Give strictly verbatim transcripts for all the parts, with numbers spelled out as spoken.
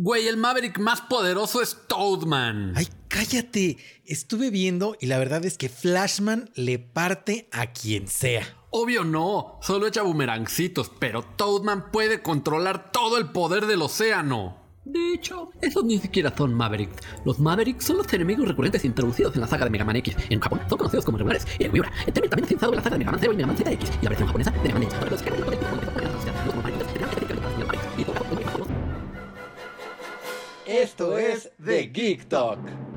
Güey, el Maverick más poderoso es Toadman. Ay, cállate. Estuve viendo y la verdad es que Flashman le parte a quien sea. Obvio no, solo echa boomerangcitos, pero Toadman puede controlar todo el poder del océano. De hecho, esos ni siquiera son Mavericks. Los Mavericks son los enemigos recurrentes introducidos en la saga de Mega Man X. En Japón son conocidos como regulares. Y en Miura, el término también utilizado en la saga de Mega Man Zero y Mega Man Z X. Y la versión japonesa de Mega Man X. Esto es The Geek Talk.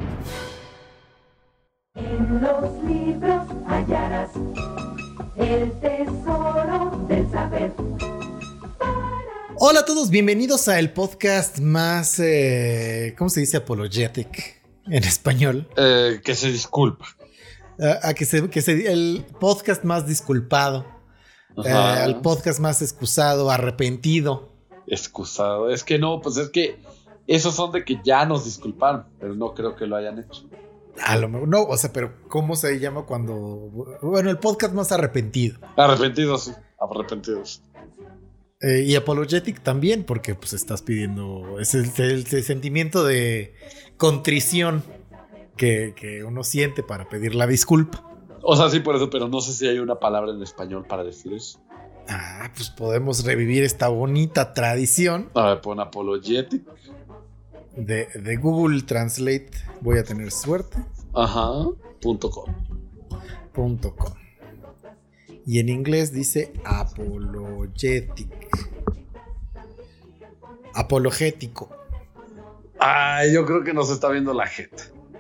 En los libros hallarás el tesoro del saber. Hola a todos, bienvenidos a el podcast más, eh, ¿cómo se dice? Apologetic en español. Eh, que se disculpa. A, a que se, que se, el podcast más disculpado. Eh, al podcast más excusado, arrepentido. Excusado. Es que no, pues es que esos son de que ya nos disculparon, pero no creo que lo hayan hecho. A lo mejor, no, o sea, pero ¿cómo se llama cuando? Bueno, el podcast más arrepentido. Arrepentidos, sí, arrepentidos. Eh, y apologetic también, porque pues estás pidiendo, es el, el, el sentimiento de contrición que, que uno siente para pedir la disculpa. O sea, sí, por eso, pero no sé si hay una palabra en español para decir eso. Ah, pues podemos revivir esta bonita tradición. A ver, pon apologetic. De, de Google Translate, voy a tener suerte. Ajá, punto com. Punto com. Y en inglés dice apologetic. Apologético. Ay, yo creo que nos está viendo la jeta.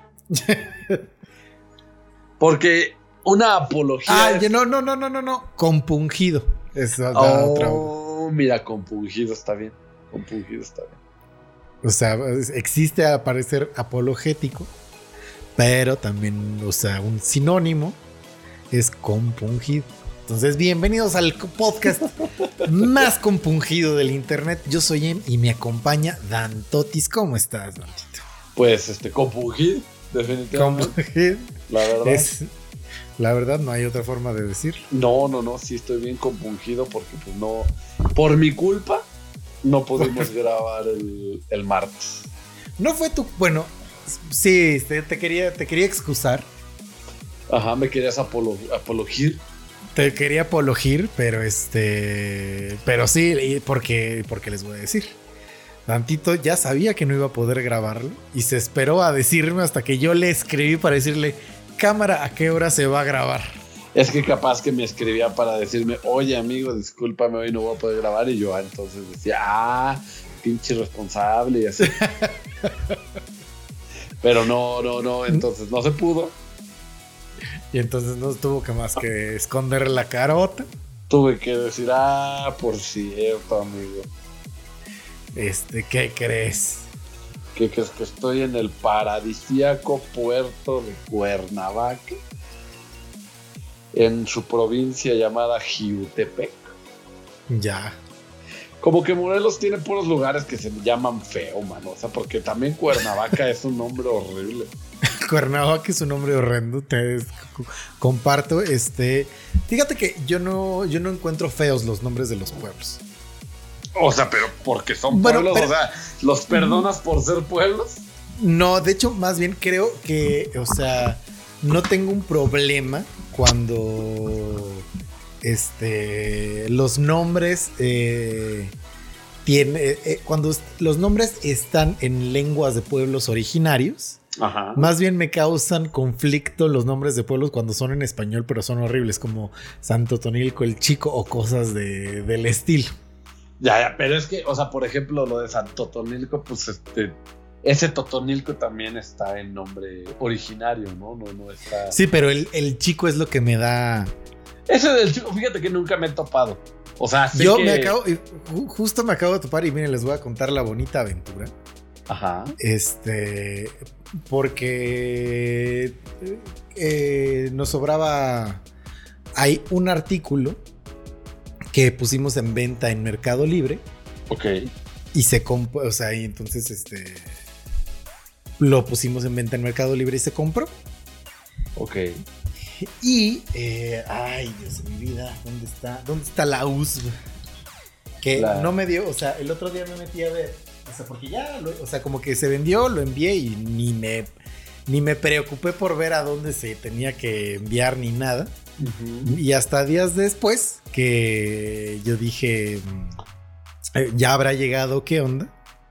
Porque una apología. Ah, es... no, no, no, no, no, no. Compungido. Es la oh, otra. Mira, compungido está bien. Compungido está bien. O sea, existe a parecer apologético, pero también, o sea, un sinónimo es compungido. Entonces, bienvenidos al podcast más compungido del internet. Yo soy Em y me acompaña Dantotis. ¿Cómo estás, Dantito? Pues, este, compungido, definitivamente. Compungido. La verdad. Es, la verdad, no hay otra forma de decir. No, no, no, sí estoy bien compungido porque, pues, no, por mi culpa, no pudimos grabar el, el martes. No fue tu... Bueno, sí, te, te, quería, te quería excusar. Ajá, me querías apolo, apologir. Te quería apologir, pero este... Pero sí, porque, porque les voy a decir. Dantito ya sabía que no iba a poder grabarlo y se esperó a decirme hasta que yo le escribí para decirle, cámara, ¿a qué hora se va a grabar? Es que capaz que me escribía para decirme, oye amigo, discúlpame, hoy no voy a poder grabar. Y yo ah, entonces decía, ah, pinche responsable y así. Pero no, no, no, entonces no se pudo. Y entonces no tuvo que más que esconder la carota. Tuve que decir, ah, por cierto, amigo. Este, ¿qué crees? ¿Qué crees? Que estoy en el paradisíaco puerto de Cuernavaca, en su provincia llamada Jiutepec. Ya. Como que Morelos tiene puros lugares que se llaman feo, mano. O sea, porque también Cuernavaca es un nombre horrible. Cuernavaca es un nombre horrendo. Te comparto. Este. Fíjate que yo no, yo no encuentro feos los nombres de los pueblos. O sea, pero porque son bueno, pueblos, pero, o sea, ¿los perdonas por ser pueblos? No, de hecho, más bien creo que, o sea, no tengo un problema cuando este los nombres eh, tiene, eh, cuando los nombres están en lenguas de pueblos originarios. Ajá. Más bien me causan conflicto los nombres de pueblos cuando son en español, pero son horribles, como Santo Tonilco el Chico o cosas de, del estilo. Ya, ya, pero es que, o sea, por ejemplo, lo de Santo Totonilco, pues este, ese Totonilco también está en nombre originario, ¿no? No, no está. Sí, pero el, el Chico es lo que me da. Ese del Chico, fíjate que nunca me he topado. O sea, sé yo que... me acabo, justo me acabo de topar y miren, les voy a contar la bonita aventura. Ajá. Este, porque eh, nos sobraba. Hay un artículo que pusimos en venta en Mercado Libre. Ok. Y se compró, o sea, y entonces este lo pusimos en venta en Mercado Libre y se compró. Ok. Y, eh, ay, Dios de mi vida, ¿dónde está? ¿Dónde está la U S B? Que la... no me dio, o sea, el otro día me metí a ver, O sea, porque ya, lo, o sea, como que se vendió, lo envié y ni me, ni me preocupé por ver a dónde se tenía que enviar ni nada. Uh-huh. Y hasta días después que yo dije, eh, ya habrá llegado, ¿qué onda?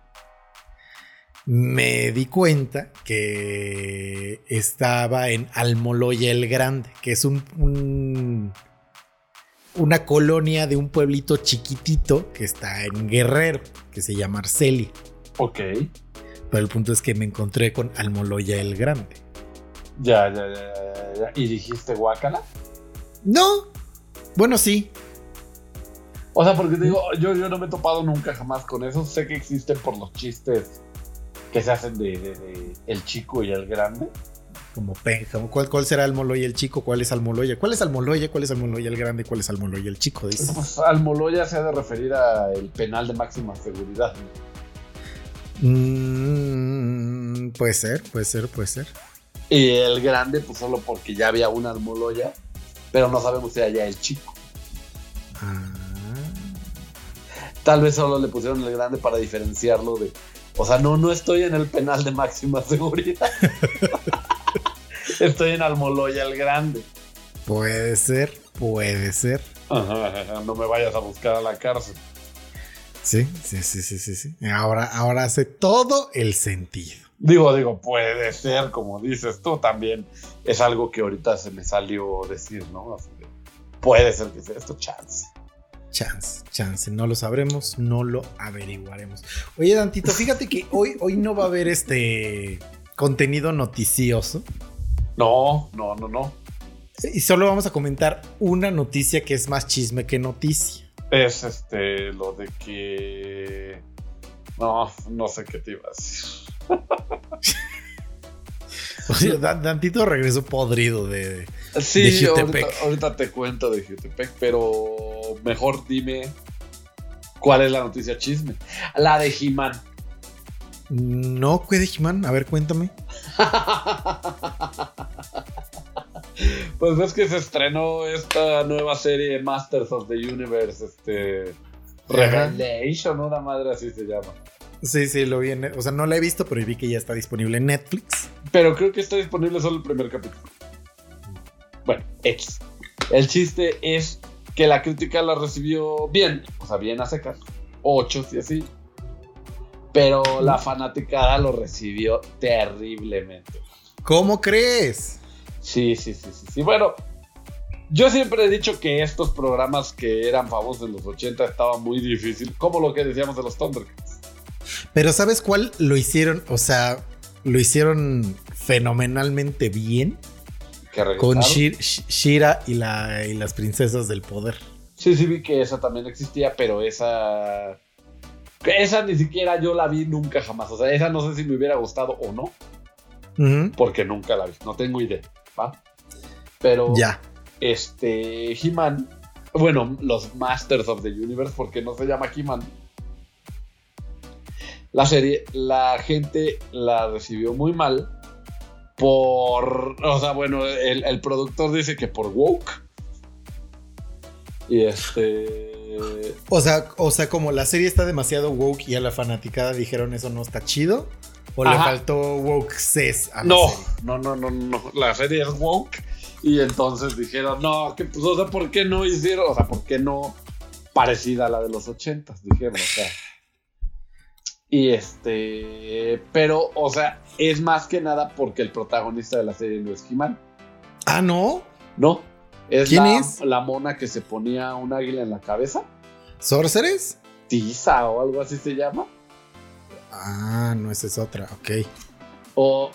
Me di cuenta que estaba en Almoloya el Grande, que es un, un una colonia de un pueblito chiquitito que está en Guerrero, que se llama Arcelia. Ok. Pero el punto es que me encontré con Almoloya el Grande. Ya, ya, ya, ya, ya. ¿Y dijiste guácala? No. Bueno, sí. O sea, porque te digo, yo, yo no me he topado nunca jamás con eso. Sé que existen por los chistes que se hacen de, de, de el chico y el grande. Como penja. ¿Cuál, ¿Cuál será Almoloya el chico? ¿Cuál es Almoloya? ¿Cuál es Almoloya? ¿Cuál es Almoloya el grande? ¿Cuál es Almoloya el chico? Dice. Pues Almoloya se ha de referir al penal de máxima seguridad. Mm, puede ser, puede ser, puede ser. Y el grande, pues solo porque ya había una Almoloya, pero no sabemos si haya el chico. Ah. Tal vez solo le pusieron el grande para diferenciarlo de... O sea, no, no estoy en el penal de máxima seguridad. Estoy en Almoloya el Grande. Puede ser, puede ser. Ajá, no me vayas a buscar a la cárcel. Sí, sí, sí, sí, sí, sí. Ahora, ahora hace todo el sentido. Digo, digo, puede ser, como dices tú también. Es algo que ahorita se me salió decir, ¿no? Así que puede ser que sea esto, chance. Chance, chance, no lo sabremos, no lo averiguaremos. Oye, Dantito, fíjate que hoy, hoy no va a haber este contenido noticioso. No, no, no, no. Y solo vamos a comentar una noticia que es más chisme que noticia. Es este, lo de que... No, no sé qué te iba a decir. O sea, Dantito regresó podrido de, sí, de Jutepec. Ahorita, ahorita te cuento de Jutepec, pero mejor dime cuál es la noticia chisme. La de He-Man. No, ¿qué de He-Man? A ver, cuéntame. Pues ves que se estrenó esta nueva serie Masters of the Universe, este Revelation, una madre así se llama. Sí, sí, lo vi en, o sea, no la he visto, pero vi que ya está disponible en Netflix. Pero creo que está disponible solo el primer capítulo. Bueno, X. El chiste es que la crítica la recibió bien, o sea, bien a secas, ocho y así. Pero la fanaticada lo recibió terriblemente. ¿Cómo crees? Sí, sí, sí, sí, sí. Bueno, yo siempre he dicho que estos programas que eran famosos en los ochenta estaban muy difíciles, como lo que decíamos de los Thundercats. Pero ¿sabes cuál lo hicieron? O sea, lo hicieron fenomenalmente bien. Con Shira, Shira y, la, y las princesas del poder. Sí, sí vi que esa también existía, pero esa... Esa ni siquiera yo la vi nunca jamás. O sea, esa no sé si me hubiera gustado o no. Uh-huh. Porque nunca la vi. No tengo idea, ¿va? Pero... Ya. Este... He-Man... Bueno, los Masters of the Universe, porque no se llama He-Man. La serie, la gente la recibió muy mal por... O sea, bueno, el, el productor dice que por woke. Y este... O sea, o sea, como la serie está demasiado woke y a la fanaticada dijeron eso no está chido. ¿O Ajá. le faltó woke ses a la no, serie? No, no, no, no. La serie es woke. Y entonces dijeron, no, que pues, o sea, ¿por qué no hicieron? O sea, ¿por qué no parecida a la de los ochentas? Dijeron, o sea... Y este... Pero, o sea, es más que nada porque el protagonista de la serie no es He-Man. ¿Ah, no? No. Es ¿Quién la, es? La mona que se ponía un águila en la cabeza. ¿Sorceress? Tiza o algo así se llama. Ah, no, esa es otra, ok. O...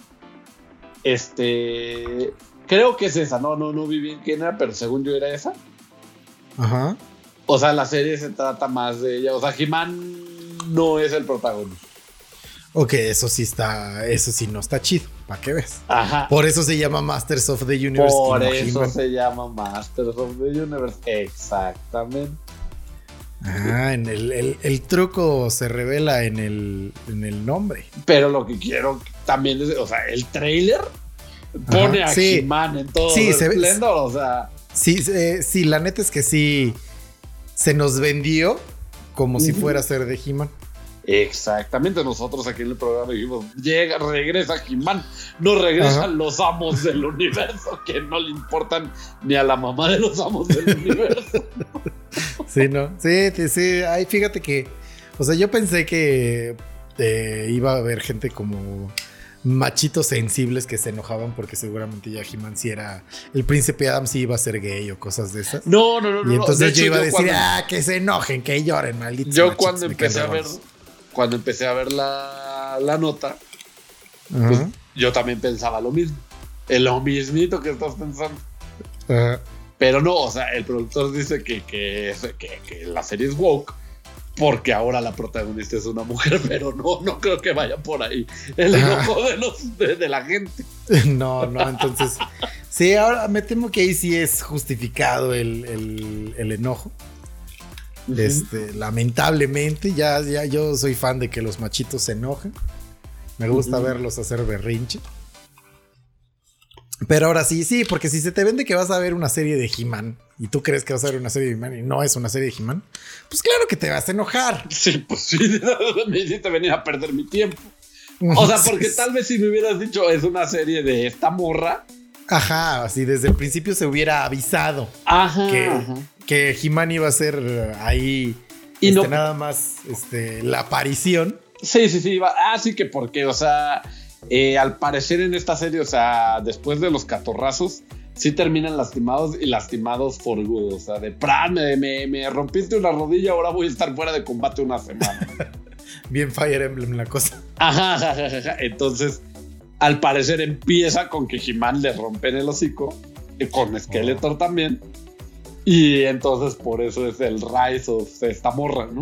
Este... Creo que es esa. No, no, no vi bien quién era, pero según yo era esa. Ajá. O sea, la serie se trata más de ella. O sea, He-Man... no es el protagonista. Ok, eso sí está, eso sí no está chido, para que ves. Ajá. Por eso se llama Masters of the Universe. Por eso He-Man. Se llama Masters of the Universe. Exactamente. Ah, en el, el, el truco se revela en el, en el nombre. Pero lo que quiero también es, o sea, el trailer pone Ajá, a sí. He-Man en todo sí, el esplendor, o sea. Sí, eh, sí, la neta es que sí se nos vendió como uh-huh. si fuera a ser de He-Man. Exactamente, nosotros aquí en el programa dijimos, llega, regresa He-Man, no regresan Ajá. los amos del universo, que no le importan ni a la mamá de los amos del universo. Sí, ¿no? Sí, sí, sí. Ay, fíjate que, o sea, yo pensé que eh, iba a haber gente como machitos sensibles que se enojaban porque seguramente ya He-Man sí era, el príncipe Adam sí iba a ser gay o cosas de esas. No, no, no. Y entonces no. yo hecho, iba a yo decir, cuando, ah, que se enojen, que lloren, malditos. Yo cuando empecé a ver, cuando empecé a ver la, la nota, uh-huh. pues yo también pensaba lo mismo. En lo mismito que estás pensando. Uh-huh. Pero no, o sea, el productor dice que, que, que, que la serie es woke porque ahora la protagonista es una mujer, pero no, no creo que vaya por ahí el enojo de, los, de, de la gente. No, no, entonces sí, ahora me temo que ahí sí es justificado el, el, el enojo. Uh-huh. Este, lamentablemente, ya, ya yo soy fan de que los machitos se enojen. Me gusta uh-huh. verlos hacer berrinche. Pero ahora sí, sí, porque si se te vende que vas a ver una serie de He-Man y tú crees que vas a ver una serie de He-Man y no es una serie de He-Man, pues claro que te vas a enojar. Sí, pues sí, me hiciste venir a perder mi tiempo. O sea, porque tal vez si me hubieras dicho es una serie de esta morra. Ajá, así desde el principio se hubiera avisado ajá, que, ajá. que He-Man iba a ser ahí y este, no, nada más este, la aparición. Sí, sí, sí, iba, ah, sí que porque, o sea... Eh, al parecer en esta serie, o sea, después de los catorrazos, sí terminan lastimados y lastimados for good. O sea, de pran, me, me, me rompiste una rodilla, ahora voy a estar fuera de combate una semana. Bien Fire Emblem la cosa. Ajá, ajá, ajá, ajá. Entonces, al parecer empieza con que He-Man le rompen el hocico, y con Skeletor oh. también. Y entonces por eso es el rise of esta morra, ¿no?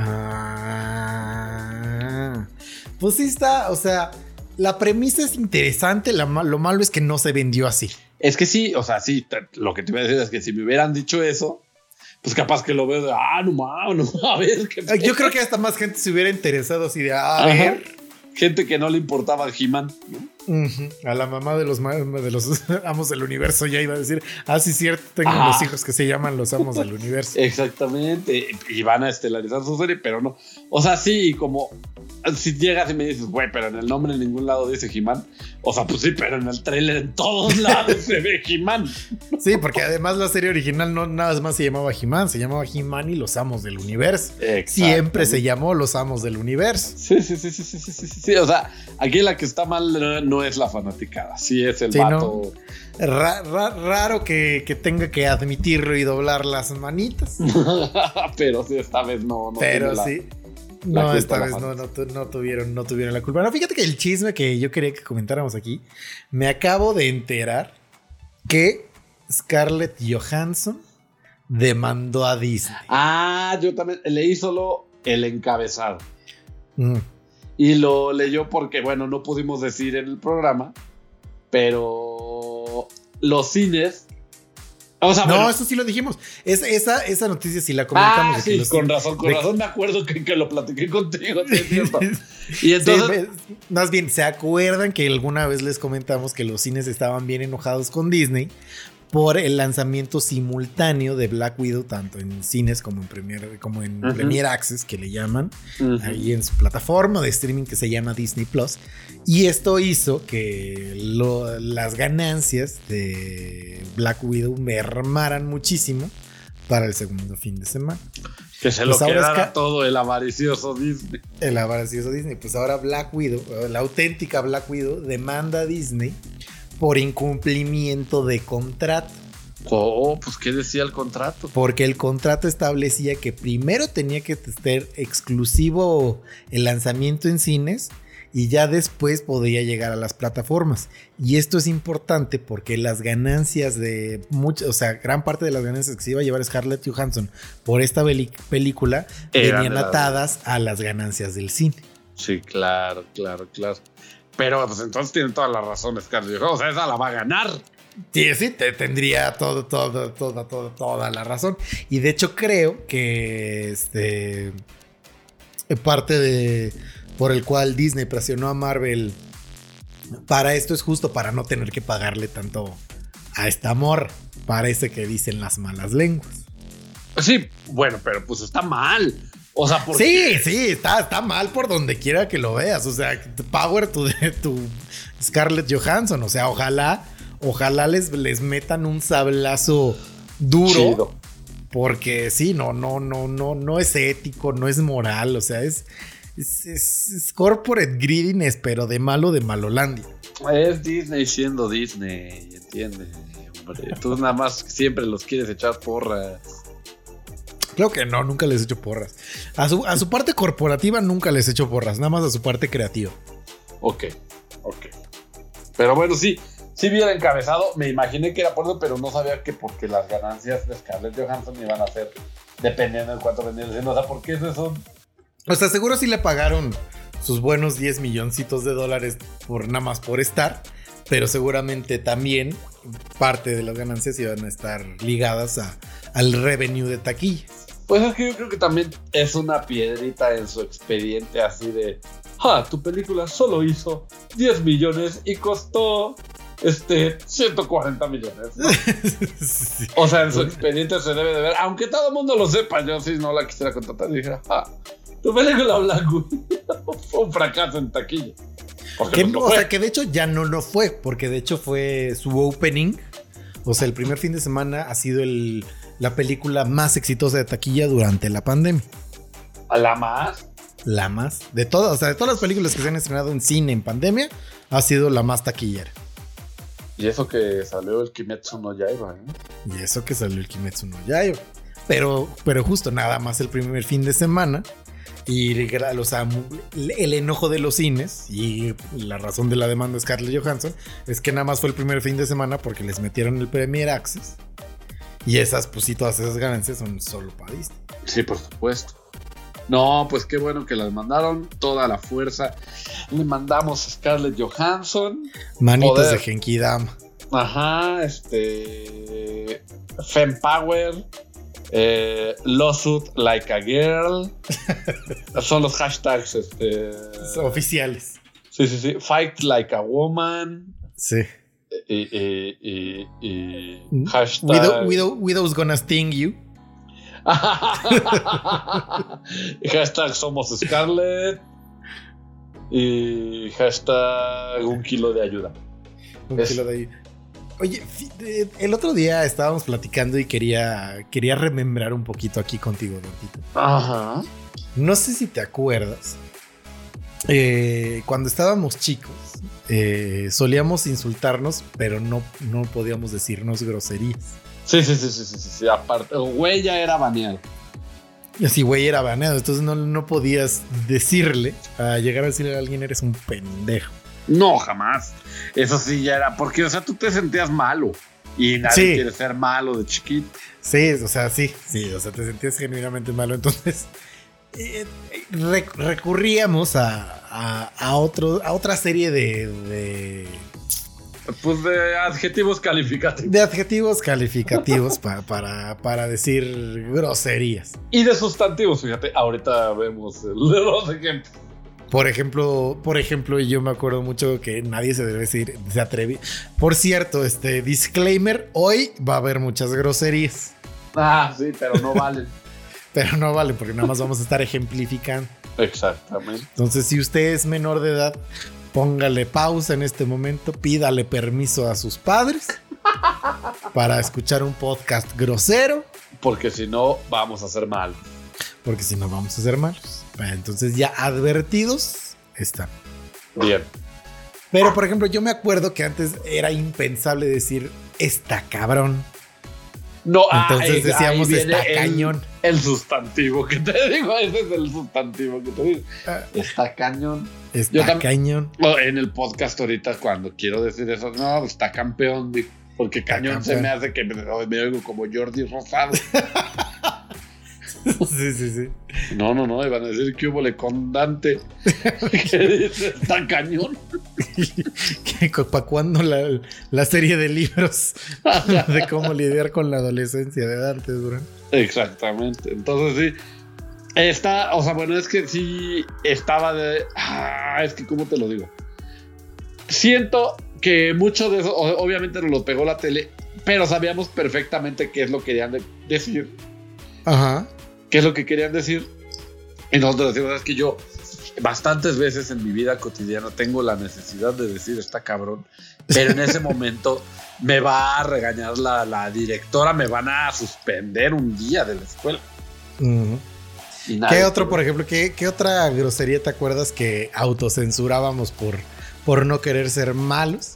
Ah, pues sí está, o sea... La premisa es interesante, la, lo malo es que no se vendió así. Es que sí, o sea, sí, te, lo que te voy a decir es que si me hubieran dicho eso, pues capaz que lo veo de, ah, no mames, no, a ver. ¿Qué Yo pasa? Creo que hasta más gente se hubiera interesado así de, ah, a Ajá. ver. Gente que no le importaba He-Man, ¿no? Uh-huh. A la mamá de los, de los amos del universo ya iba a decir, ah, sí, cierto, tengo ah. unos hijos que se llaman los amos del universo. Exactamente, y van a estelarizar su serie, pero no. O sea, sí, y como si llegas y me dices, güey, pero en el nombre en ningún lado dice He-Man. O sea, pues sí, pero en el tráiler en todos lados se ve He-Man. Sí, porque además la serie original no nada más se llamaba He-Man, se llamaba He-Man y los amos del universo. Siempre se llamó los amos del universo. Sí, sí, sí, sí, sí, sí, sí, sí. O sea, aquí la que está mal no, no es la fanaticada, sí es el sí, vato. No. Ra, ra, raro que, que tenga que admitirlo y doblar las manitas. Pero sí, esta vez no. no pero sí. La no, esta vez no, no, no, tuvieron, no tuvieron la culpa. No, fíjate que el chisme que yo quería que comentáramos aquí, me acabo de enterar que Scarlett Johansson demandó a Disney. Ah, yo también leí solo el encabezado. Mm. Y lo leyó porque, bueno, no pudimos decir en el programa, pero los cines... O sea, no, bueno. eso sí lo dijimos. Es, esa, esa noticia sí la comentamos. Ah, sí, los, con razón, con de, razón me acuerdo que, que lo platiqué contigo. ¿Sí es cierto? Y entonces... Sí, más bien, ¿se acuerdan que alguna vez les comentamos que los cines estaban bien enojados con Disney por el lanzamiento simultáneo de Black Widow, tanto en cines como en Premier, como en uh-huh. Premier Access, que le llaman, uh-huh. ahí en su plataforma de streaming que se llama Disney Plus? Y esto hizo que lo, las ganancias de Black Widow mermaran muchísimo para el segundo fin de semana. Que se pues lo quedara ca- todo el avaricioso Disney. El avaricioso Disney. Pues ahora Black Widow, la auténtica Black Widow, demanda a Disney por incumplimiento de contrato. Oh, pues ¿qué decía el contrato? Porque el contrato establecía que primero tenía que ser exclusivo el lanzamiento en cines y ya después podría llegar a las plataformas. Y esto es importante porque las ganancias de muchas, o sea, gran parte de las ganancias que se iba a llevar Scarlett Johansson por esta beli- película Eran venían atadas a las ganancias del cine. Sí, claro, claro, claro. Pero pues entonces tienen todas las razones, Scarlett. O sea, esa la va a ganar. Sí, sí, te tendría todo, todo, todo, todo, toda la razón. Y de hecho creo que este parte de por el cual Disney presionó a Marvel para esto es justo para no tener que pagarle tanto a esta morra. Parece que dicen las malas lenguas. Sí, bueno, pero pues está mal. O sea, porque... Sí, sí, está, está mal por donde quiera que lo veas. O sea, power to, to Scarlett Johansson. O sea, ojalá, ojalá les, les metan un sablazo duro. Chido. Porque sí, no, no, no, no, no es ético, no es moral. O sea, es, es, es, es corporate greediness, pero de malo de Malolandia. Es Disney siendo Disney, ¿entiendes? Hombre, tú nada más siempre los quieres echar porras. Creo que no, nunca les he hecho porras. A su, a su parte corporativa nunca les he hecho porras, nada más a su parte creativa. Ok, ok. Pero bueno, sí, sí vi el encabezado. Me imaginé que era por eso, pero no sabía que porque las ganancias de Scarlett Johansson iban a ser dependiendo de cuánto vendían. O sea, ¿por qué esos son? O sea, seguro sí le pagaron sus buenos diez milloncitos de dólares por nada más por estar, pero seguramente también parte de las ganancias iban a estar ligadas a, al revenue de taquilla. Pues es que yo creo que también es una piedrita en su expediente así de, ah, tu película solo hizo diez millones y costó este ciento cuarenta millones, ¿no? Sí. O sea, en su expediente se debe de ver, aunque todo el mundo lo sepa, yo si no la quisiera contratar y dijera, ah, tu película Black Widow fue un fracaso en taquilla. Que, o sea, que de hecho ya no lo fue, porque de hecho fue su opening. O sea, el primer fin de semana ha sido el, la película más exitosa de taquilla durante la pandemia. ¿La más? La más. De todas, o sea, de todas las películas que se han estrenado en cine en pandemia, ha sido la más taquillera. Y eso que salió el Kimetsu no Yaiba, ¿eh? Y eso que salió el Kimetsu no Yaiba. Pero, pero justo nada más el primer fin de semana. Y o sea, el enojo de los cines y la razón de la demanda de Scarlett Johansson es que nada más fue el primer fin de semana porque les metieron el Premier Access. Y esas, pues sí, todas esas ganancias son solo para Disney. Sí, por supuesto. No, pues qué bueno que las mandaron. Toda la fuerza. Le mandamos a Scarlett Johansson. Manitos poder. De Genki Dama. Ajá, este. Fempower. Eh, lawsuit like a girl. Son los hashtags este, oficiales. Sí, sí, sí. Fight like a woman. Sí. Y, y, y, y hashtag Widow, Widow, Widow's gonna sting you. Hashtag somos Scarlett. Y hashtag un kilo de ayuda. Un es, kilo de ayuda. Oye, el otro día estábamos platicando y quería, quería remembrar un poquito aquí contigo, Dontito. Ajá. No sé si te acuerdas. Eh, cuando estábamos chicos, eh, solíamos insultarnos, pero no, no podíamos decirnos groserías. Sí, sí, sí, sí, sí, sí, sí. Aparte, güey ya era baneado. Y así, güey era baneado. Entonces no, no podías decirle, a llegar a decirle a alguien, eres un pendejo. No, jamás. Eso sí ya era, porque, o sea, tú te sentías malo y nadie sí. quiere ser malo de chiquito. Sí, o sea, sí, sí, o sea, te sentías genuinamente malo. Entonces, eh, rec- recurríamos a, a, a, otro, a otra serie de, de... Pues de adjetivos calificativos. De adjetivos calificativos para, para, para decir groserías. Y de sustantivos, fíjate, ahorita vemos los ejemplos. Por ejemplo, por ejemplo, yo me acuerdo mucho que nadie se debe decir, se atreve. Por cierto, este disclaimer, hoy va a haber muchas groserías. Ah, sí, pero no valen. Pero no valen porque nada más vamos a estar ejemplificando. Exactamente. Entonces, si usted es menor de edad, póngale pausa en este momento, pídale permiso a sus padres para escuchar un podcast grosero. Porque si no, vamos a ser malos. Porque si no, vamos a ser malos. Entonces ya advertidos están. Bien. Pero por ejemplo, yo me acuerdo que antes era impensable decir está cabrón. No, entonces ah, decíamos está el, cañón. El sustantivo que te digo, ese es el sustantivo que te digo. Está cañón. Está cañón. En el podcast ahorita cuando quiero decir eso, no, está campeón, porque está cañón campeón. Se me hace que me, me oigo como Jordi Rosado. Sí, sí, sí. No, no, no, iban a decir que hubo le con Dante. ¿Qué dice? Está cañón. ¿Para cuándo la, la serie de libros de cómo lidiar con la adolescencia de Dante Durán? Exactamente. Entonces sí. Está, o sea, bueno, es que sí estaba de. Ah, es que, ¿cómo te lo digo? Siento que mucho de eso, obviamente nos lo pegó la tele, pero sabíamos perfectamente qué es lo que querían de- decir. Ajá. ¿Qué es lo que querían decir? Y nosotros decimos, es que yo bastantes veces en mi vida cotidiana tengo la necesidad de decir está cabrón, pero en ese momento me va a regañar la, la directora, me van a suspender un día de la escuela. Uh-huh. Y nadie ¿Qué otro, puede. por ejemplo, qué, qué otra grosería te acuerdas que autocensurábamos por, por no querer ser malos?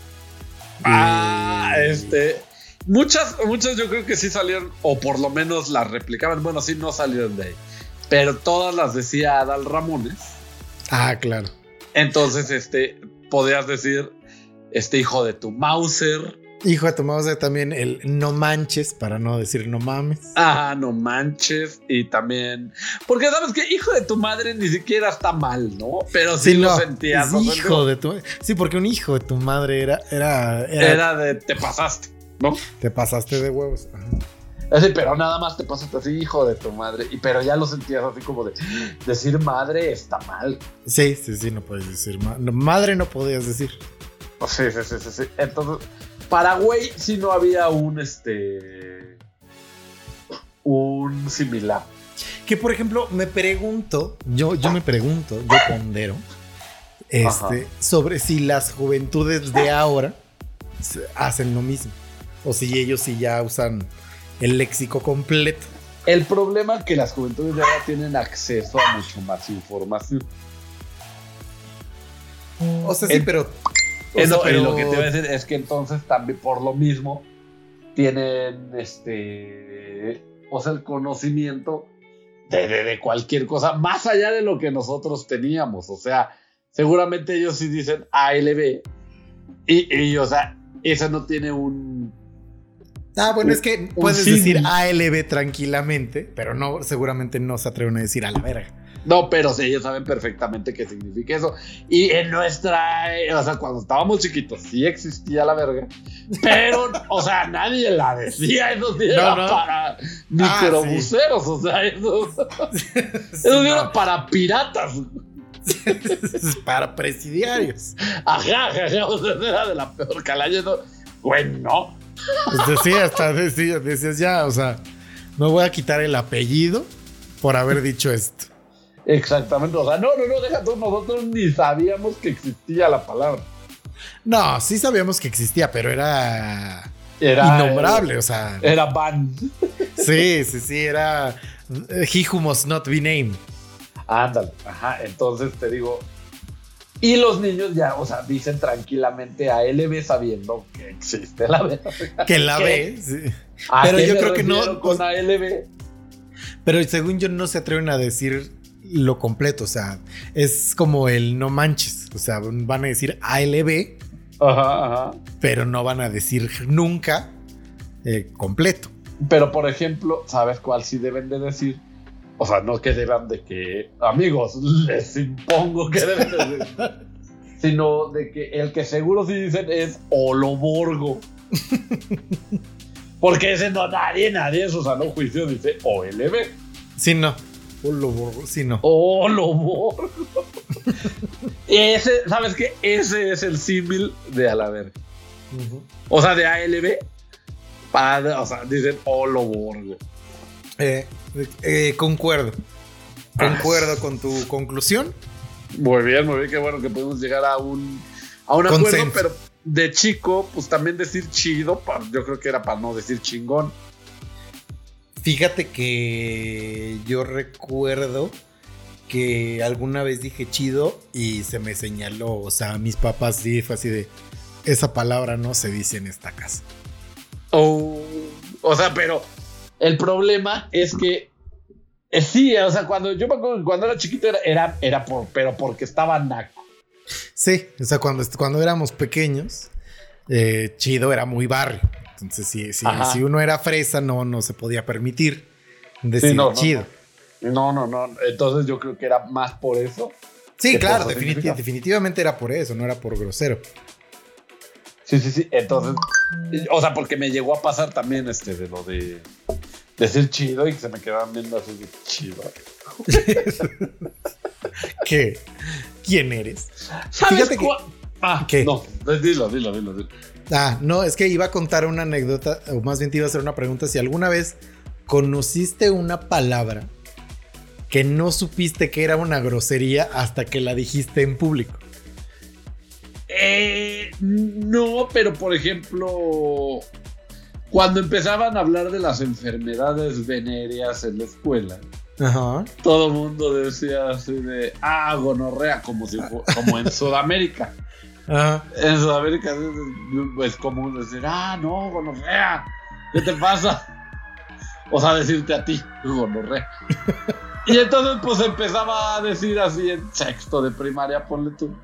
Ah, Y- este. Muchas, muchas yo creo que sí salieron, o por lo menos las replicaban. Bueno, sí, no salieron de ahí. Pero todas las decía Adal Ramones. Ah, claro. Entonces, este, podías decir, este hijo de tu Mauser. Hijo de tu mouse, también el no manches, para no decir no mames. Ah, no manches. Y también, porque sabes que hijo de tu madre ni siquiera está mal, ¿no? Pero sí, Sí, lo no, sentías. es ¿no? hijo de tu... Sí, porque un hijo de tu madre era... Era... era, Era de te pasaste, ¿no? Te pasaste de huevos. Ajá. Así, pero nada más te pasaste así, hijo de tu madre. Y pero ya lo sentías así como de decir madre está mal. Sí, sí, sí, no puedes decir... ma- no, madre no podías decir. Sí, sí, sí, sí, sí. Entonces, para güey sí no había un este. Un similar. Que, por ejemplo, me pregunto... Yo, yo me pregunto, yo pondero... Este, Ajá. sobre si las juventudes de ahora se- hacen lo mismo. O si ellos sí ya usan el léxico completo. El problema es que las juventudes de ahora tienen acceso a mucho más información. O sea, sí, El- pero... o Eh, sea, no, y pero- lo que te iba a decir es que entonces también por lo mismo tienen este, o sea, el conocimiento de, de, de cualquier cosa más allá de lo que nosotros teníamos. O sea, seguramente ellos sí dicen A L B y, y o sea, esa no tiene un... Ah, bueno, un- es que un puedes símil. decir A L B tranquilamente, pero no, seguramente no se atreven a decir a la verga. No, pero sí, ellos saben perfectamente qué significa eso. Y en nuestra, eh, o sea, cuando estábamos chiquitos sí existía la verga, pero, o sea, nadie la decía, eso sí era No, no. para microbuseros, o sea, eso, Sí, eso sí no. era para piratas. Es para presidiarios. Ajá, ajá, ajá, o sea, era de la peor calaña, ¿no? Güey, no. Pues decía, hasta decía, decías ya, o sea, me voy a quitar el apellido por haber dicho esto. Exactamente, o sea, no, no, no, deja tú, nosotros ni sabíamos que existía la palabra. No, sí sabíamos que existía, pero era, Era innombrable, o sea. Era van. Sí, sí, sí, era he who must not be named. Ándale, ajá, entonces te digo, y los niños ya, o sea, dicen tranquilamente a L B sabiendo que existe la verga. Que la ¿Qué? ve, sí. ¿A Pero qué yo me creo que no, refiero con A L B? Pero según yo no se atreven a decir lo completo, o sea, es como el no manches, o sea, van a decir A L B, Ajá, ajá. pero no van a decir nunca eh, completo. Pero por ejemplo, ¿sabes cuál sí deben de decir? O sea, no que deban de que, amigos, les impongo que deben de decir, sino de que el que seguro sí dicen es Oloborgo. Porque ese no, nadie, nadie en su sano juicio dice O L B. Sí, no. O lo borro, sí, no. Oloborgo. Ese, ¿sabes qué? Ese es el símil de a la verga. Ujú. O sea, de A L B. Para, o sea, dicen Oloborgo. Eh, eh, concuerdo. Concuerdo con tu conclusión. Muy bien, muy bien, qué bueno que podemos llegar a un, a un acuerdo, Consenso. pero de chico, pues también decir chido, pa- yo creo que era para no decir chingón. Fíjate que yo recuerdo que alguna vez dije chido y se me señaló, o sea, mis papás sí fue así de, esa palabra no se dice en esta casa. O, o sea, pero el problema es que eh, sí, o sea, cuando yo me acuerdo que cuando era chiquito era, era, era por, pero porque estaba naco. Sí, o sea, cuando, cuando éramos pequeños, eh, chido era muy barrio. Entonces, si, si, Ajá. si uno era fresa, no, no se podía permitir decir Sí, no, no, chido. No, no, no. Entonces yo creo que era más por eso. Sí, ¿Qué claro, cosa definiti- significa? definitivamente era por eso, no era por grosero. Sí, sí, sí. Entonces, o sea, porque me llegó a pasar también este de lo de decir chido y que se me quedaban viendo así de chido. ¿Qué? ¿Quién eres? ¿Sabes Fíjate que- cuál? Ah, ¿Qué? no, dilo, dilo, dilo, dilo. Ah, no, es que iba a contar una anécdota, o más bien te iba a hacer una pregunta. Si alguna vez conociste una palabra que no supiste que era una grosería hasta que la dijiste en público? Eh, no, pero por ejemplo, cuando empezaban a hablar de las enfermedades venéreas en la escuela, Ajá. todo el mundo decía así de, ah, gonorrea, como, si, como en Sudamérica. Ajá. En Sudamérica es, es común decir, ah, no, gonorrea, ¿qué te pasa? O sea, decirte a ti, gonorrea. Y entonces pues empezaba a decir así en sexto de primaria, ponle tú.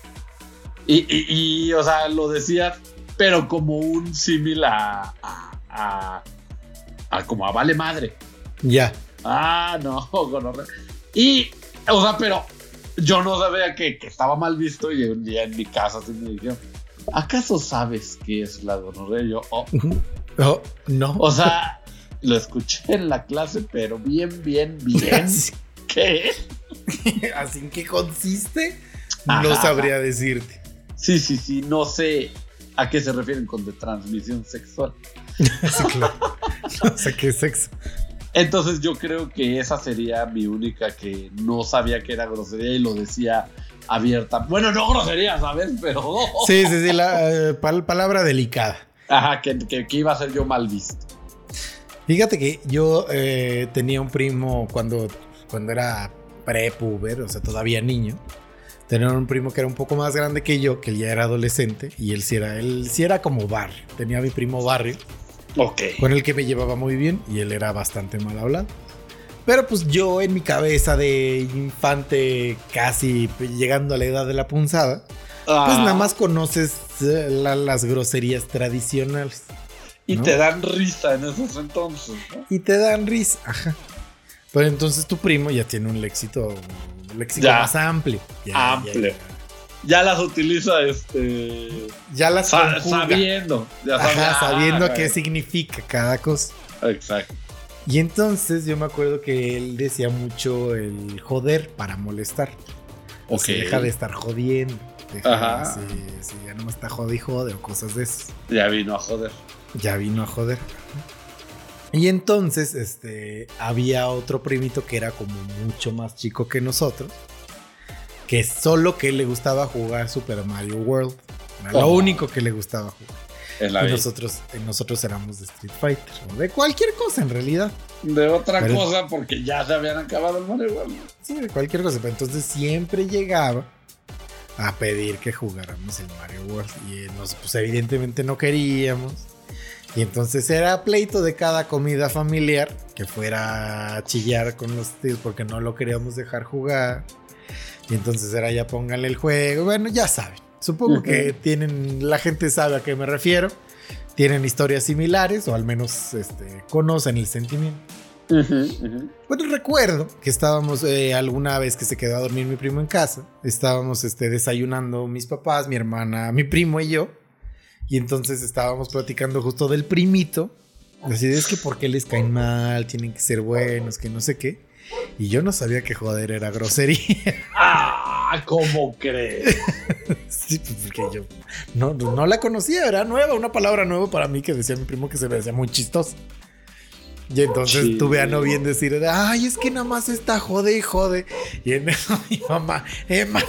Y, y, y o sea, lo decía, pero como un símil a, a, a, a como a vale madre. Ya. Ah, no, gonorrea. Y, o sea, pero yo no sabía que, que estaba mal visto y un día en mi casa así me dijeron, ¿acaso sabes qué es la gonorrea? Y yo, oh. Oh, no. O sea, lo escuché en la clase, pero bien, bien, bien. ¿Qué? ¿Así en qué consiste? Ajá, No sabría ajá. decirte. Sí, sí, sí, no sé a qué se refieren con de transmisión sexual. Sí, claro. No sé qué es sexo. Entonces yo creo que esa sería mi única, que no sabía que era grosería y lo decía abierta. Bueno, no grosería, ¿sabes? Pero... Sí, sí, sí, la eh, pal- palabra delicada. Ajá, que, que, que iba a ser yo mal visto. Fíjate que yo eh, tenía un primo cuando, cuando era prepuber, o sea, todavía niño. Tenía un primo que era un poco más grande que yo, que él ya era adolescente, y él sí era, él sí era como barrio. Tenía a mi primo barrio, Ok. con el que me llevaba muy bien, y él era bastante mal hablado. Pero pues yo en mi cabeza de infante, casi llegando a la edad de la punzada, Ah, pues nada más conoces eh, la- las groserías tradicionales. Y ¿no? te dan risa en esos entonces, ¿no? Y te dan risa, ajá. Pero entonces tu primo ya tiene un léxico, un léxico Ya. más amplio. Ya, Amplio. Ya, Ya las utiliza este... ya las sa- conjuga. sabiendo. Ya sabe- Ajá, ah, sabiendo güey. qué significa cada cosa. Exacto. Y entonces yo me acuerdo que él decía mucho el joder para molestar. O sea, Ok. deja de estar jodiendo. Deja, Ajá. sí, sí, ya no me está jode y jode o cosas de esas. Ya vino a joder. Ya vino a joder. Y entonces, este, había otro primito que era como mucho más chico que nosotros, que solo que le gustaba jugar Super Mario World. Era lo Oh. único que le gustaba jugar. En la Y vida. nosotros, y nosotros éramos de Street Fighter, o de cualquier cosa en realidad. De otra Pero- cosa, porque ya se habían acabado el Mario World. Sí, de cualquier cosa. Pero entonces siempre llegaba a pedir que jugáramos el Mario World. Y nos, pues evidentemente no queríamos. Y entonces era pleito de cada comida familiar que fuera a chillar con los tíos porque no lo queríamos dejar jugar. Y entonces era ya pónganle el juego. Bueno, ya saben. Supongo Ujú. que tienen, la gente sabe a qué me refiero. Tienen historias similares o al menos este, conocen el sentimiento. Bueno, recuerdo que estábamos eh, alguna vez que se quedó a dormir mi primo en casa. Estábamos este, desayunando mis papás, mi hermana, mi primo y yo. Y entonces estábamos platicando justo del primito. Así de, es que por qué les caen mal, tienen que ser buenos, que no sé qué. Y yo no sabía que joder era grosería. ¡Ah! ¿Cómo crees? Sí, pues porque yo no, no la conocía, era nueva, una palabra nueva para mí que decía mi primo que se me hacía muy chistoso. Y entonces Sí. tuve a no bien decir, ay, es que nada más está jode y jode. Y en eso mi mamá, Emanuel.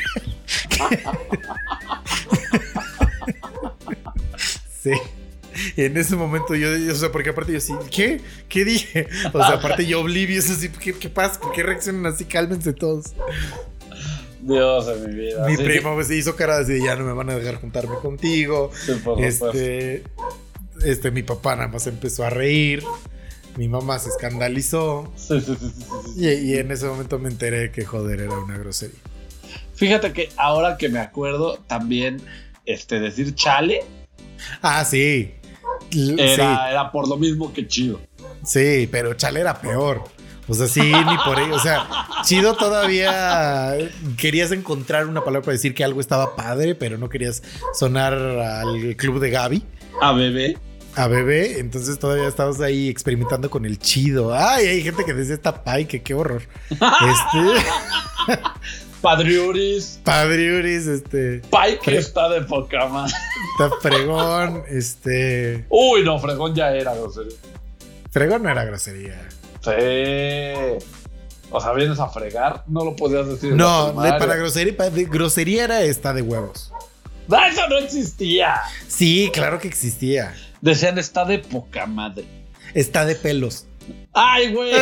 Sí. Y en ese momento yo, yo, o sea, porque aparte yo sí, ¿qué? ¿Qué dije? O sea, aparte yo oblivious, así, ¿qué, qué pasa? ¿Por qué reaccionan así? Cálmense todos. Dios de mi vida. Mi Sí, primo pues, hizo cara de ya no me van a dejar juntarme contigo. sí, por supuesto. Este, este, mi papá nada más empezó a reír. Mi mamá se escandalizó. Sí, sí, sí, sí, sí, sí. Y, y en ese momento me enteré que joder era una grosería. Fíjate que ahora que me acuerdo, también este, decir chale Ah, sí. L- era, era por lo mismo que chido. Sí, sí, pero chale era peor. O sea, sí, ni por ello. O sea, chido todavía querías encontrar una palabra para decir que algo estaba padre, pero no querías sonar al club de Gaby. A bebé. A bebé, entonces todavía estabas ahí experimentando con el chido. Ay, hay gente que dice esta pay, que qué horror. Este, Padriuris. Padriuris, este, Pai que Fre- está de poca madre. está fregón, este, Uy, no, fregón ya era, grosería. fregón no era grosería. Sí. O sea, vienes a fregar, no lo podías decir. No, de, para grosería, para, de, grosería era está de huevos. ¡No, eso no existía! Sí, claro que existía. Decían está de poca madre. Está de pelos. ¡Ay, güey!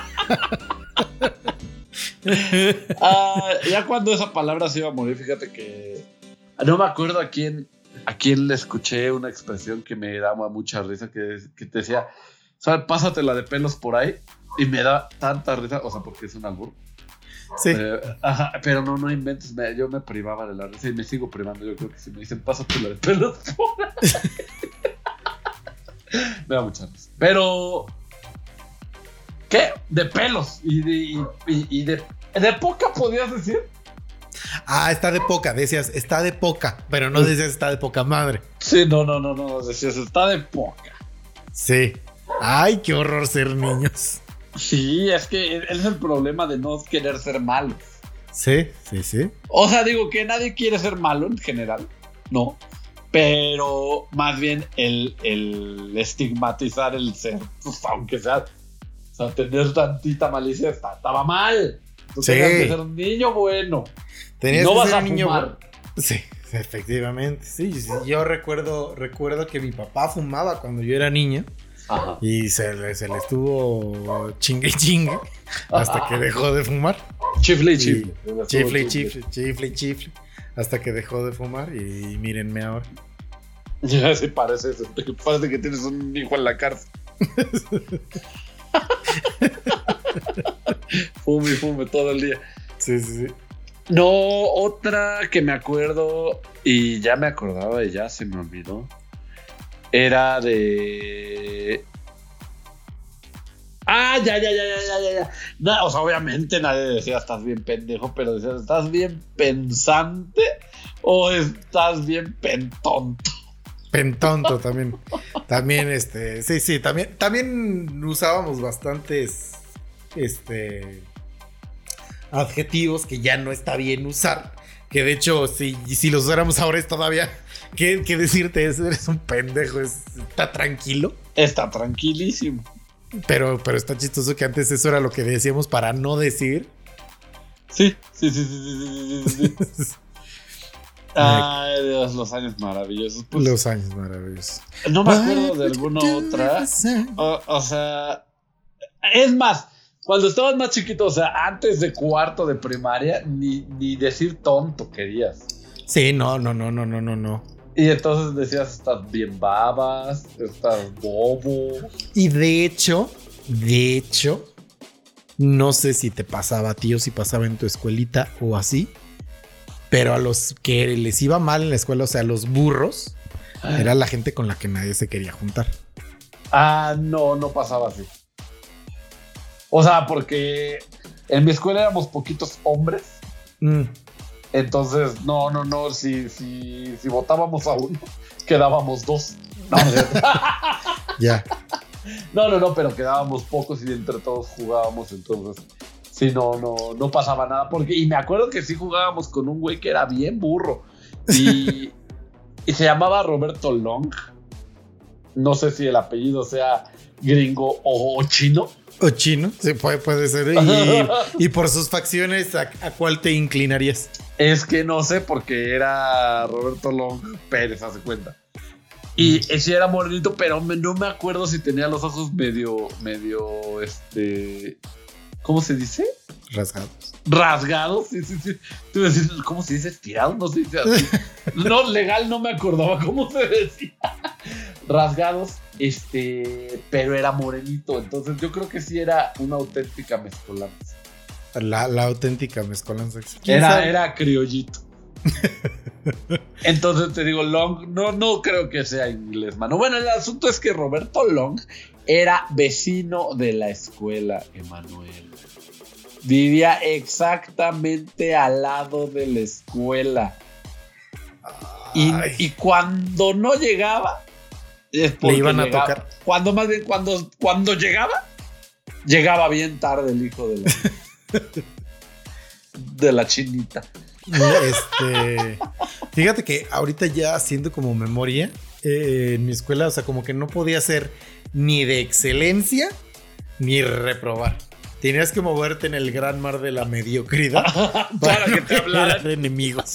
uh, ya cuando esa palabra se iba a morir, fíjate que no me acuerdo a quién a quién le escuché una expresión que me daba mucha risa, que, que te decía, ¿sabes? Pásatela de pelos por ahí. Y me da tanta risa, o sea, porque es un albur. Sí. Eh, ajá, pero no, no inventes, me, yo me privaba de la risa y me sigo privando. Yo creo que si me dicen, pásatela de pelos por ahí. Me da mucha risa. Pero ¿qué? De pelos. Y de, y, y, y de, de poca podías decir. Ah, está de poca, decías, está de poca, pero no decías está de poca madre. Sí, no, no, no, no, decías, está de poca. Sí. Ay, qué horror ser niños. Sí, es que es el problema de no querer ser malos. Sí, sí, sí. O sea, digo que nadie quiere ser malo en general, no. Pero más bien el, el estigmatizar el ser, pues, aunque sea, o sea, tener tantita malicia está, estaba mal. Tú sí. tenías que ser un niño bueno. Tenías no que vas ser a un niño fumar. bueno. Sí, efectivamente. Sí, sí. Yo recuerdo, recuerdo que mi papá fumaba cuando yo era niño. Ajá. Y se le, se le estuvo chingue y chingue hasta Ajá. que dejó de fumar. Chifle y chifle. Chifle y chifle, chifle y chifle. Hasta que dejó de fumar y mírenme ahora. Ya se parece eso. Parece que tienes un hijo en la cárcel. Fume y fume todo el día. Sí, sí, sí. No, otra que me acuerdo y ya me acordaba y ya se me olvidó. Era de... Ah, ya, ya, ya, ya, ya, ya. No, o sea, obviamente nadie decía estás bien pendejo, pero decía estás bien pensante o estás bien pentonto. Pentonto también. También, este, sí, sí, también, también usábamos bastantes, este, adjetivos que ya no está bien usar. Que de hecho, si, si los usáramos ahora es todavía... ¿Qué, qué decirte? Es, eres un pendejo. Es, está tranquilo. Está tranquilísimo. Pero, pero está chistoso que antes eso era lo que decíamos para no decir. Sí, sí, sí, sí, sí, sí, sí. Ay, Dios, los años maravillosos. Pues, los años maravillosos. No me acuerdo de alguna otra. O, o sea, es más, cuando estabas más chiquito, o sea, antes de cuarto de primaria, ni, ni decir tonto querías. Sí, no, no, no, no, no, no, no. Y entonces decías, estás bien babas, estás bobo. Y de hecho, de hecho, no sé si te pasaba a ti o si pasaba en tu escuelita o así, pero a los que les iba mal en la escuela, o sea, los burros, Ay. era la gente con la que nadie se quería juntar. Ah, no, no pasaba así. O sea, porque en mi escuela éramos poquitos hombres. Mm. Entonces, no, no, no, si, si, si votábamos a uno, quedábamos dos. No, ya. No, no, no, pero quedábamos pocos y entre todos jugábamos, entonces, sí, no, no, no pasaba nada. Porque, y me acuerdo que sí jugábamos con un güey que era bien burro. Y, y se llamaba Roberto Long. No sé si el apellido sea gringo o, o chino. O chino, sí, puede, puede ser. Y, y por sus facciones, ¿a, ¿a cuál te inclinarías? Es que no sé, porque era Roberto Long Pérez, hace cuenta. Y mm. ese era morenito, pero me, no me acuerdo si tenía los ojos medio, medio, este... ¿Cómo se dice? Rasgados. Rasgados, sí, sí, sí. ¿Tú decís, ¿cómo se dice? Estirado, no se dice así. No, legal no me acordaba cómo se decía. Rasgados, este, pero era morenito. Entonces yo creo que sí era una auténtica mezcolanza. La, la auténtica mezcolanza. Era, era criollito. Entonces te digo, Long, no, no creo que sea inglés, mano. Bueno, el asunto es que Roberto Long era vecino de la escuela, Emanuel. Vivía exactamente al lado de la escuela. Y, y cuando no llegaba, es porque le iban a llegaba, tocar. Cuando más bien, cuando, cuando llegaba, llegaba bien tarde el hijo de la, de la chinita. Este, fíjate que ahorita ya haciendo como memoria, eh, en mi escuela, o sea, como que no podía ser ni de excelencia ni reprobar. Tenías que moverte en el gran mar de la mediocridad para que te hablaran de enemigos.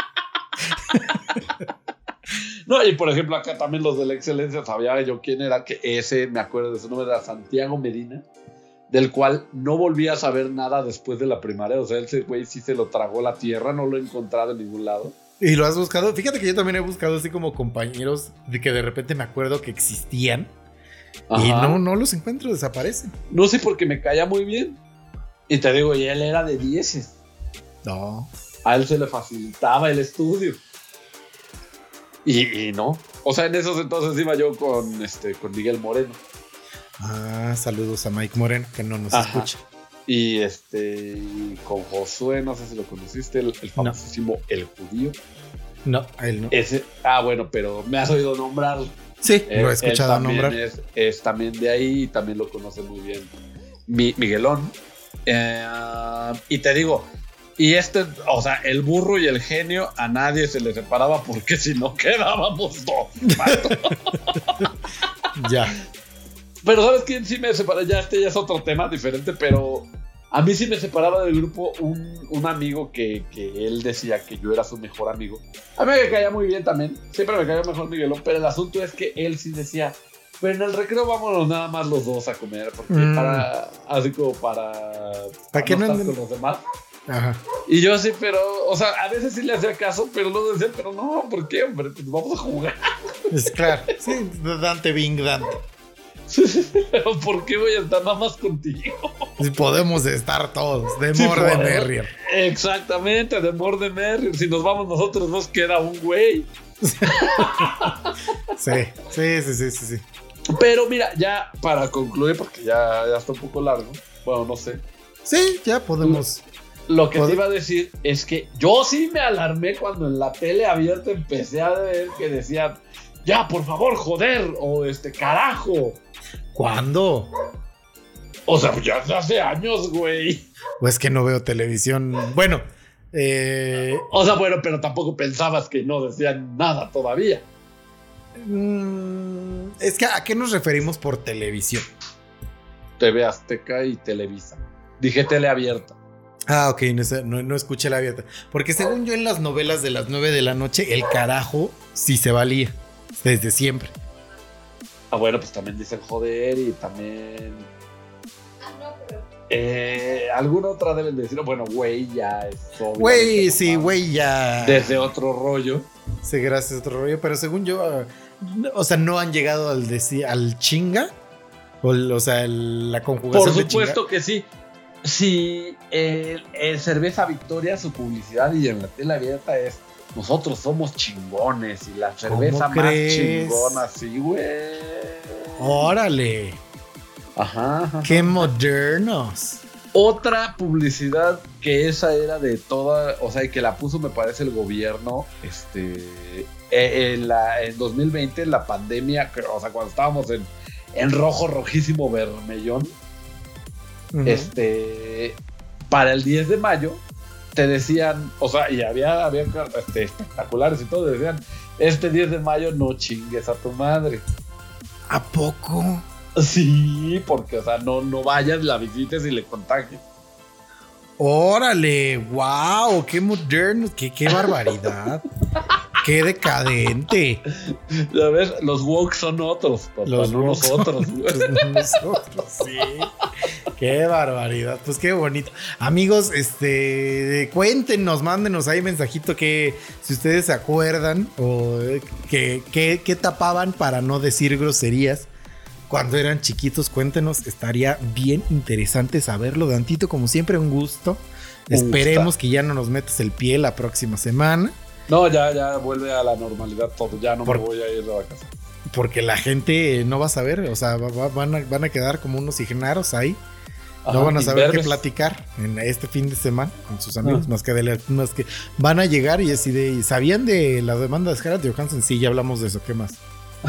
No, y por ejemplo, acá también los de la excelencia, sabía yo quién era, que ese, me acuerdo de su nombre, era Santiago Medina, del cual no volví a saber nada después de la primaria. O sea, ese güey sí se lo tragó la tierra, no lo he encontrado en ningún lado. ¿Y lo has buscado? Fíjate que yo también he buscado así como compañeros de que de repente me acuerdo que existían. Ajá. Y no, no los encuentro, desaparecen. No sé, porque me caía muy bien. Y te digo, y él era de dieces. No. A él se le facilitaba el estudio. Y, y no. O sea, en esos entonces iba yo con, este, con Miguel Moreno. Ah, saludos a Mike Moreno, que no nos Ajá. escucha. Y este, y con Josué, no sé si lo conociste, el, el famosísimo no. El Judío. No, a él no. Ese, ah, bueno, pero me has oído nombrar. Sí, eh, lo he escuchado él nombrar. Es, es también de ahí y también lo conoce muy bien Mi, Miguelón. Eh, y te digo, y este, o sea, el burro y el genio a nadie se le separaba porque si no quedábamos dos. Ya. Pero ¿sabes quién sí me separa? Ya este ya es otro tema diferente, pero a mí sí me separaba del grupo un, un amigo que, que él decía que yo era su mejor amigo. A mí me caía muy bien también, siempre me caía mejor Miguelón, pero el asunto es que él sí decía, pero en el recreo vámonos nada más los dos a comer, porque mm. para, así como para, ¿Para, para qué no no estar con los demás. Ajá. Y yo sí, pero, o sea, a veces sí le hacía caso, pero luego decía, pero no, ¿por qué, hombre? Pues vamos a jugar. Es claro, sí, Dante Bing Dante. Pero ¿por qué voy a estar nada más contigo? Si podemos estar todos, de sí, more de merrier. Exactamente, de more de merrier. Si nos vamos nosotros nos queda un güey. Sí, sí, sí, sí, sí, sí. Pero mira, ya para concluir, porque ya, ya está un poco largo. Bueno, no sé. Sí, ya podemos. Lo que ¿Pod- te iba a decir es que yo sí me alarmé cuando en la tele abierta empecé a ver que decían, ya, por favor, joder, o este, carajo. ¿Cuándo? O sea, ya hace años, güey. Pues que no veo televisión. Bueno, eh... O sea, bueno, pero tampoco pensabas que no decían nada todavía. Mm, es que ¿a qué nos referimos por televisión? T V Azteca y Televisa. Dije tele abierta. Ah, ok, no, no, no escuché la abierta. Porque según yo en las novelas de las nueve de la noche, el carajo sí se valía. Desde siempre. Ah, bueno, pues también dicen joder y también... Ah, no, pero... Eh, alguna otra deben decir, bueno, güey ya es... Güey, sí, güey ya... Desde otro rollo. Sí, gracias, otro rollo. Pero según yo, uh, o sea, no han llegado al, deci- al chinga. O, o sea, el, la conjugación Por de supuesto chinga. Que sí. Sí, el, el Cerveza Victoria, su publicidad y en la tele abierta es... Nosotros somos chingones y la cerveza más crees? chingona, sí, güey. Órale. Ajá, ajá. Qué modernos. Otra publicidad que esa era de toda, o sea, y que la puso, me parece, el gobierno, este, en, la, en dos mil veinte, en la pandemia, o sea, cuando estábamos en, en rojo, rojísimo, vermellón, uh-huh. este, para el diez de mayo, te decían, o sea, y había, había este, espectaculares y todo, decían, este diez de mayo no chingues a tu madre. ¿A poco? Sí, porque, o sea, no, no vayas, la visites y le contagies. Órale, wow, qué moderno, qué, qué barbaridad. Qué decadente. Ya ves, los woke son otros, papá, los no nosotros. Son no nosotros, sí. Qué barbaridad, pues qué bonito. Amigos, este, cuéntenos, mándenos ahí mensajito que si ustedes se acuerdan o que, que, que tapaban para no decir groserías cuando eran chiquitos, cuéntenos, estaría bien interesante saberlo. Dantito, como siempre, un gusto. Un Esperemos gusta. que ya no nos metas el pie la próxima semana. No, ya, ya vuelve a la normalidad todo, ya no Por, me voy a ir de vacaciones. Porque la gente no va a saber, o sea, va, van, a, van a quedar como unos ignaros ahí. Ajá, no van a saber qué platicar en este fin de semana con sus amigos, ah. más, que de, más que van a llegar y así de, ¿sabían de la demanda de Scarlett Johansson? Sí, ya hablamos de eso, ¿qué más?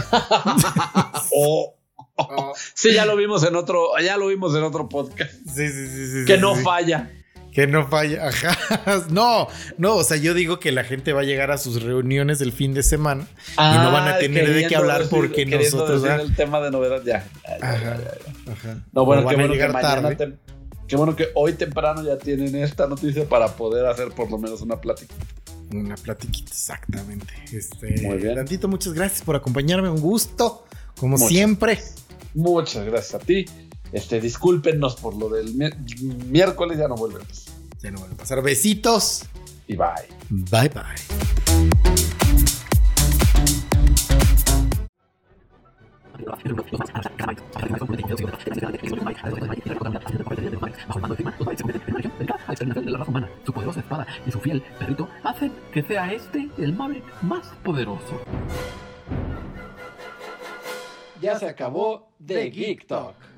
oh. Oh. Sí, ya lo vimos en otro, ya lo vimos en otro podcast. Sí, sí, sí, sí. Que sí, no sí. falla. Que no falla, ajá. No, no, o sea, yo digo que la gente va a llegar a sus reuniones del fin de semana ah, y no van a tener de qué hablar decir, porque nosotros. Decir el tema de novedad ya. ya, ya, ajá, ya, ya. Ajá. No, bueno, qué bueno que mañana, te, qué bueno que hoy temprano ya tienen esta noticia para poder hacer por lo menos una plática. Una platiquita, exactamente. Este, Muy bien. Tantito, muchas gracias por acompañarme. Un gusto, como Muchas. siempre. Muchas gracias a ti. Este, discúlpenos por lo del mi- miércoles, ya no volvemos. Ya no van a pasar. Besitos. Y bye. Bye, bye. Su poderosa espada y su fiel perrito hacen que sea este el Maverick más poderoso. Ya se acabó The Geek Talk.